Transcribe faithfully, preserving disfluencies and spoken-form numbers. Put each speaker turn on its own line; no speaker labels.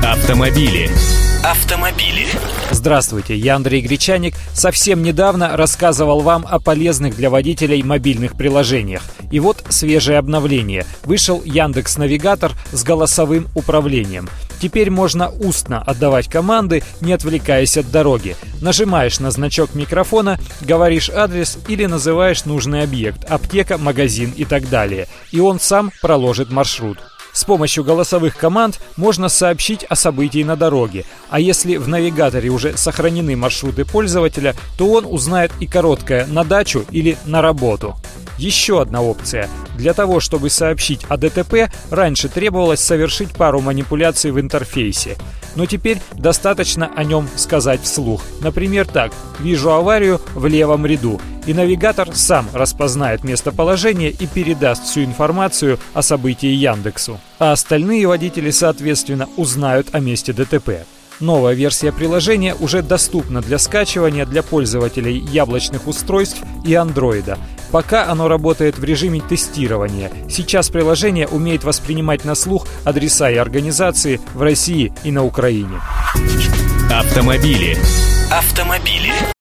Автомобили. Автомобили.
Здравствуйте, я Андрей Гречаник. Совсем недавно рассказывал вам о полезных для водителей мобильных приложениях. И вот свежее обновление. Вышел Яндекс.Навигатор с голосовым управлением. Теперь можно устно отдавать команды, не отвлекаясь от дороги. Нажимаешь на значок микрофона, говоришь адрес или называешь нужный объект – аптека, магазин и так далее. И он сам проложит маршрут. С помощью голосовых команд можно сообщить о событии на дороге, а если в навигаторе уже сохранены маршруты пользователя, то он узнает и короткое «на дачу» или «на работу». Еще одна опция. Для того, чтобы сообщить о ДТП, раньше требовалось совершить пару манипуляций в интерфейсе. Но теперь достаточно о нем сказать вслух. Например, так: «Вижу аварию в левом ряду». И навигатор сам распознает местоположение и передаст всю информацию о событии Яндексу. А остальные водители, соответственно, узнают о месте ДТП. Новая версия приложения уже доступна для скачивания для пользователей яблочных устройств и андроида. Пока оно работает в режиме тестирования. Сейчас приложение умеет воспринимать на слух адреса и организации в России и на Украине.
Автомобили. Автомобили.